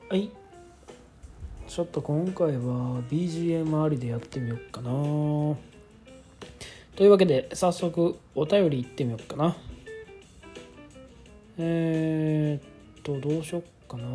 はい、ちょっと今回は BGM ありでやってみようかな。というわけで早速お便り行ってみようかな。どうしよっかな。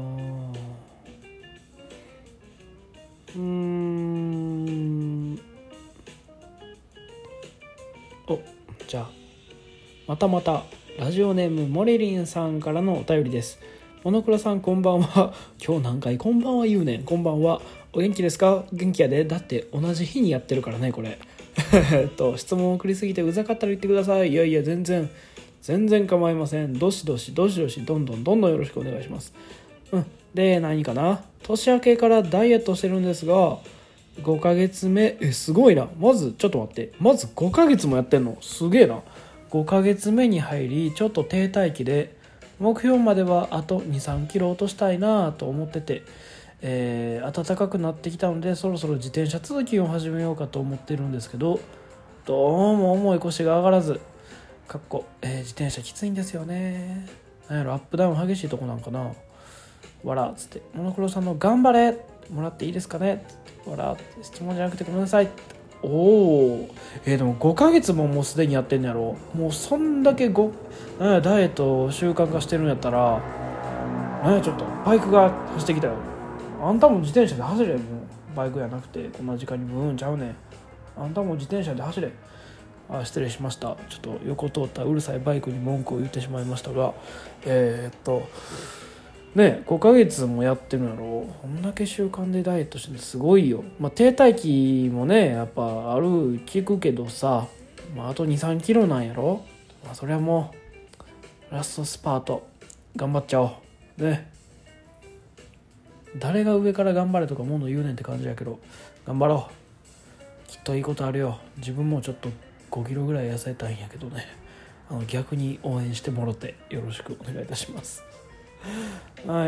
じゃあまたラジオネームモレリンさんからのお便りです。モノクロさん、こんばんは。今日何回こんばんは言うねん。こんばんは。お元気ですか？元気やで。だって同じ日にやってるからねこれ質問を送りすぎてうざかったら言ってください。いや全然構いません。どしどしどんどんよろしくお願いします。で、何かな、年明けからダイエットしてるんですが5ヶ月目。すごいな。まずちょっと待って、まず5ヶ月もやってんのすげえな。5ヶ月目に入り、ちょっと停滞期で目標まではあと 2,3 キロ落としたいなと思ってて、暖かくなってきたのでそろそろ自転車通勤を始めようかと思ってるんですけど、どうも重い腰が上がらず自転車きついんですよね。なんやろ、アップダウン激しいとこなんかな。わらっつって、モノクロさんの頑張れもらっていいですかね、わら質問じゃなくてごめんなさい。おお、でも5ヶ月ももうすでにやってんのやろ。もうそんだけなんやダイエット習慣化してるんやったら、なんやちょっとバイクが走ってきたよ。あんたも自転車で走れ。もうバイクやなくてこんな時間にブーンちゃうねん。あんたも自転車で走れ。失礼しました。ちょっと横通ったうるさいバイクに文句を言ってしまいましたが、5ヶ月もやってるんやろ。こんだけ習慣でダイエットしてるのすごいよ。停滞期もねやっぱある聞くけどさ、あと 2,3 キロなんやろ。それはもうラストスパート頑張っちゃおうね。誰が上から頑張れとかもの言うねんって感じやけど、頑張ろう。きっといいことあるよ。自分もちょっと5キロぐらい痩せたいんやけどね、逆に応援してもろてよろしくお願いいたします。はい、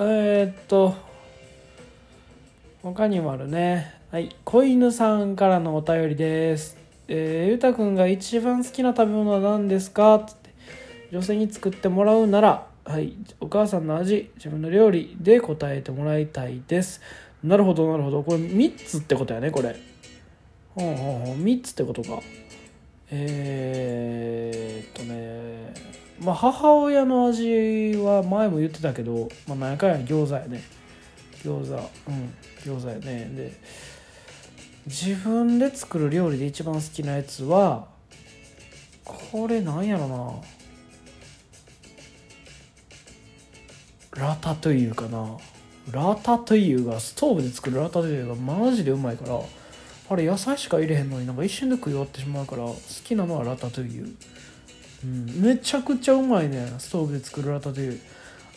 他にもあるね。はい、子犬さんからのお便りです。ゆうたくんが一番好きな食べ物は何ですかって、女性に作ってもらうなら、はい、お母さんの味、自分の料理で答えてもらいたいです。なるほど。これ3つってことやねこれ。3つってことか。母親の味は前も言ってたけど、何回や餃子やね。餃子やね。で、自分で作る料理で一番好きなやつはこれなんやろな、ラタトゥイユかな。ラタトゥイユが、ストーブで作るラタトゥイユがマジでうまいから、あれ野菜しか入れへんのに一瞬で食い終わってしまうから、好きなのはラタトゥイユ。めちゃくちゃうまいね、ストーブで作るラタトゥイユ。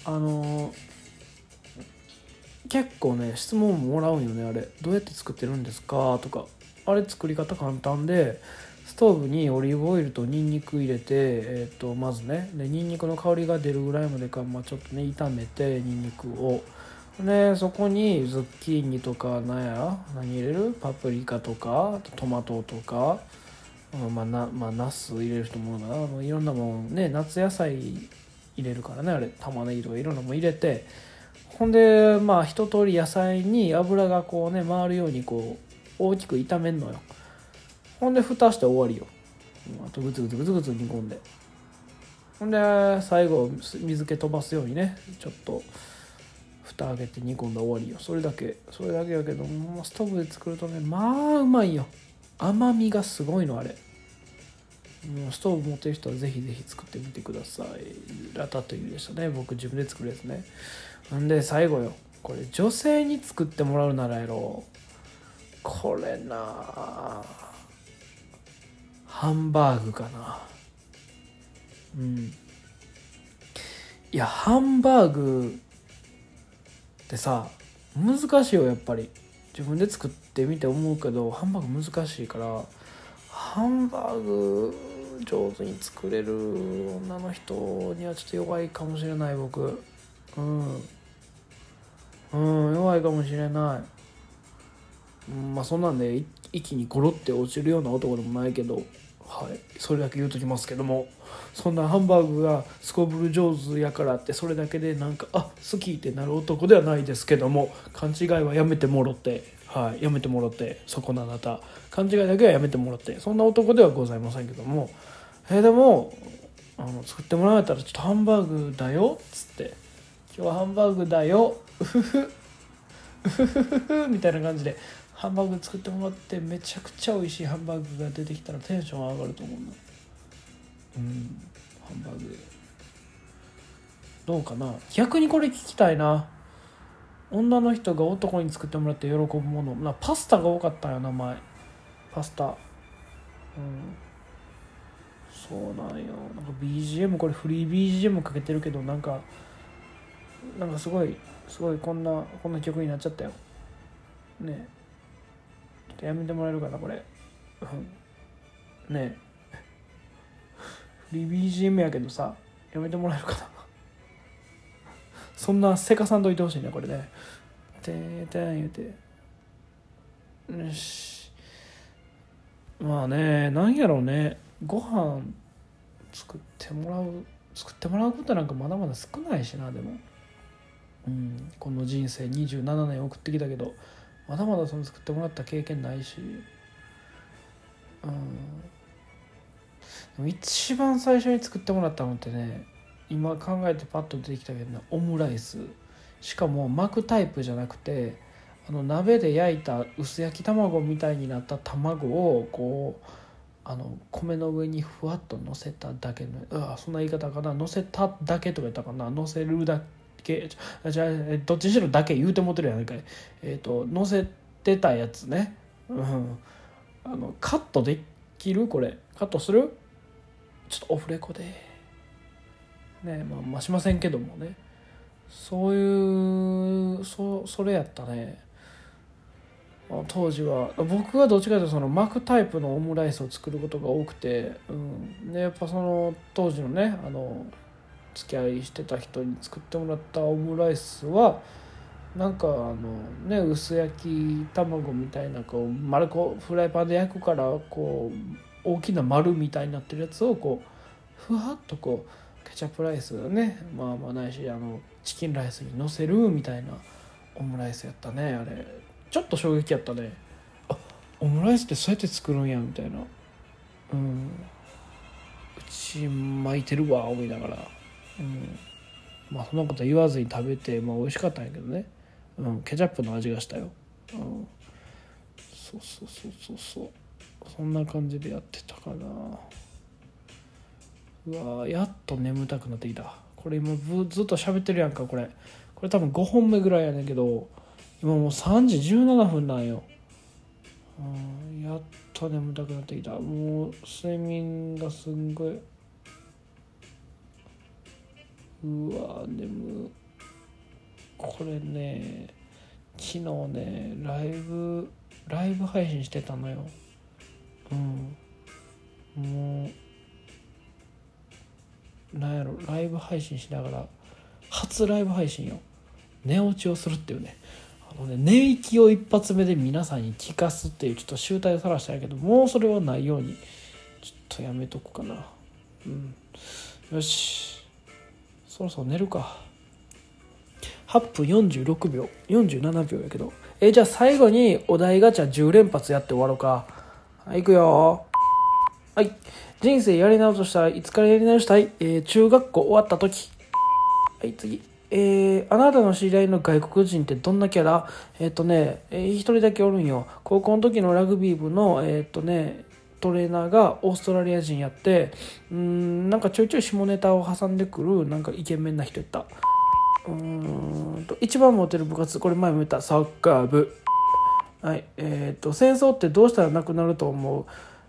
結構ね質問ももらうんよね。あれどうやって作ってるんですかとか。あれ作り方簡単で、ストーブにオリーブオイルとニンニク入れて、まずねでニンニクの香りが出るぐらいまでか、ちょっとね炒めてニンニクを、そこにズッキーニとか何入れる、パプリカとかトマトとか、ナス入れる人もいるかな、いろんなもんね、夏野菜入れるからね、あれ玉ねぎとかいろんなもん入れて、ほんで一通り野菜に油がこうね回るようにこう大きく炒めんのよ。ほんで蓋して終わりよ。あとグツグツ煮込んで、ほんで最後水気飛ばすようにねちょっと蓋開けて煮込んだ終わりよ。それだけやけど、ストーブで作るとねうまいよ。甘みがすごいのあれ。ストーブ持ってる人はぜひ作ってみてください。ラタトゥイユでしたね、僕自分で作るやつね。んで最後よ、これ女性に作ってもらうならやろ、これな、ハンバーグかな。いやハンバーグってさ難しいよやっぱり。自分で作ってみて思うけどハンバーグ難しいから、ハンバーグ上手に作れる女の人にはちょっと弱いかもしれない僕。弱いかもしれない。そんなんで一気にゴロって落ちるような男でもないけど、 はい、それだけ言うときますけども、そんなハンバーグがすこぶる上手やからってそれだけでなんか好きってなる男ではないですけども、勘違いはやめてもろて、はい、やめてもろて、そこのあなた勘違いだけはやめてもらって、そんな男ではございませんけども、でも作ってもらえたらちょっとハンバーグだよっつって、今日はハンバーグだようふふうふふふふみたいな感じでハンバーグ作ってもらって、めちゃくちゃ美味しいハンバーグが出てきたらテンション上がると思うな。ハンバーグどうかな。逆にこれ聞きたいな。女の人が男に作ってもらって喜ぶもの、パスタが多かったよ、名前パスタ。そうなんよ。なんか BGM これフリー BGM かけてるけど、なんかすごいこんな曲になっちゃったよね。ちょっとやめてもらえるかなこれ。ねえフリー BGM やけどさ、やめてもらえるかなそんなせかさんといてほしいねこれね。てーてー言うて、よし。まあね、なんやろうね、ご飯作ってもらうことなんかまだまだ少ないしな。でもこの人生27年送ってきたけど、まだまだその作ってもらった経験ないし、でも一番最初に作ってもらったのってね、今考えてパッと出てきたけどね、オムライス。しかも巻くタイプじゃなくて、鍋で焼いた薄焼き卵みたいになった卵をこう米の上にふわっと乗せただけの、そんな言い方かな、乗せただけとか言ったかな、乗せるだけじゃあどっちにしろだけ言うてもてるやないかい。乗せてたやつね。カットできる？これカットする？ちょっとオフレコでね、まあしませんけどもね、そういうそれやったね。当時は僕はどっちかというとその巻くタイプのオムライスを作ることが多くて、でやっぱその当時のね付き合いしてた人に作ってもらったオムライスはなんか薄焼き卵みたいなこう丸くフライパンで焼くからこう大きな丸みたいになってるやつをこうふわっとこうケチャップライスね、まあないしチキンライスに乗せるみたいなオムライスやったね。あれちょっと衝撃やったね。オムライスってそうやって作るんやみたいな。うち巻いてるわ思いながら、まあそんなこと言わずに食べて、美味しかったんやけどね。ケチャップの味がしたよ。そうそんな感じでやってたかな。うわやっと眠たくなってきた。これ今ずっと喋ってるやんか。これ多分5本目ぐらいやねんけど、今もう3時17分なんよ。やっと眠たくなってきた。もう睡眠がすんごい。眠。これね、昨日ねライブ配信してたのよ。もうなんやろ、ライブ配信しながら初ライブ配信よ、寝落ちをするっていうね。寝息を一発目で皆さんに聞かすっていうちょっと集大を晒したんやけど、もうそれはないようにちょっとやめとくかな。よし、そろそろ寝るか。8分46秒47秒やけど、じゃあ最後にお題ガチャ10連発やって終わろうか。はい、いくよ。はい、人生やり直すとしたらいつからやり直したい？中学校終わった時。はい、次。あなたの知り合いの外国人ってどんなキャラ？一人だけおるんよ。高校の時のラグビー部のトレーナーがオーストラリア人やって、なんかちょいちょい下ネタを挟んでくるなんかイケメンな人やった。一番モテる部活、これ前も言ったサッカー部。はい、戦争ってどうしたらなくなると思う？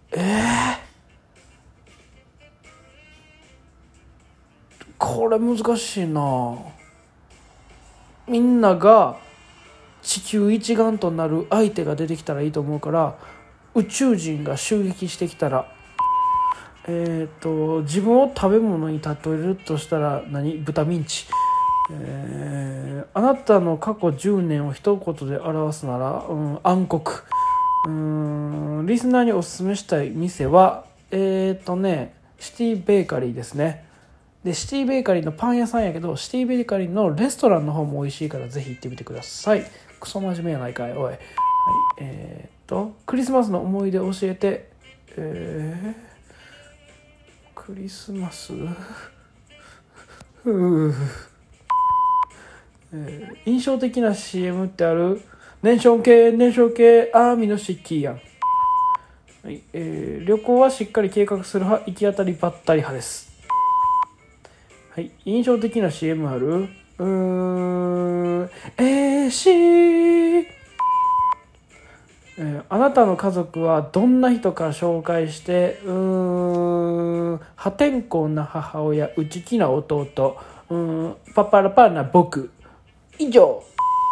これ難しいな。みんなが地球一丸となる相手が出てきたらいいと思うから、宇宙人が襲撃してきたら、自分を食べ物に例えるとしたら豚ミンチ。あなたの過去10年を一言で表すなら、暗黒。リスナーにおすすめしたい店はシティベーカリーですね。でシティベーカリーのパン屋さんやけど、シティベーカリーのレストランの方も美味しいから、ぜひ行ってみてください。クソ真面目やないかいおい。はい、クリスマスの思い出教えて。クリスマス印象的な CM ってある？燃焼系アーミーのシッキーやん。はい、旅行はしっかり計画する派、行き当たりばったり派です。はい、印象的な CM ある？あなたの家族はどんな人か紹介して、破天荒な母親、内気な弟、パパラパーな僕、以上。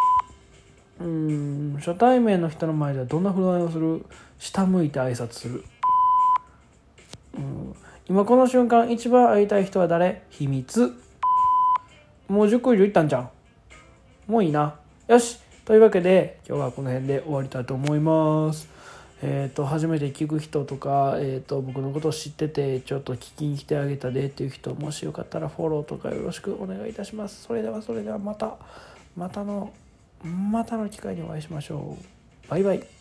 初対面の人の前ではどんな振る舞いをする？下向いて挨拶する。今この瞬間一番会いたい人は誰？秘密。もう10個以上いったんじゃん。もういいな。よし、というわけで今日はこの辺で終わりたいと思います。初めて聞く人とか、僕のことを知っててちょっと聞きに来てあげたでっていう人、もしよかったらフォローとかよろしくお願いいたします。それではまたの機会にお会いしましょう。バイバイ。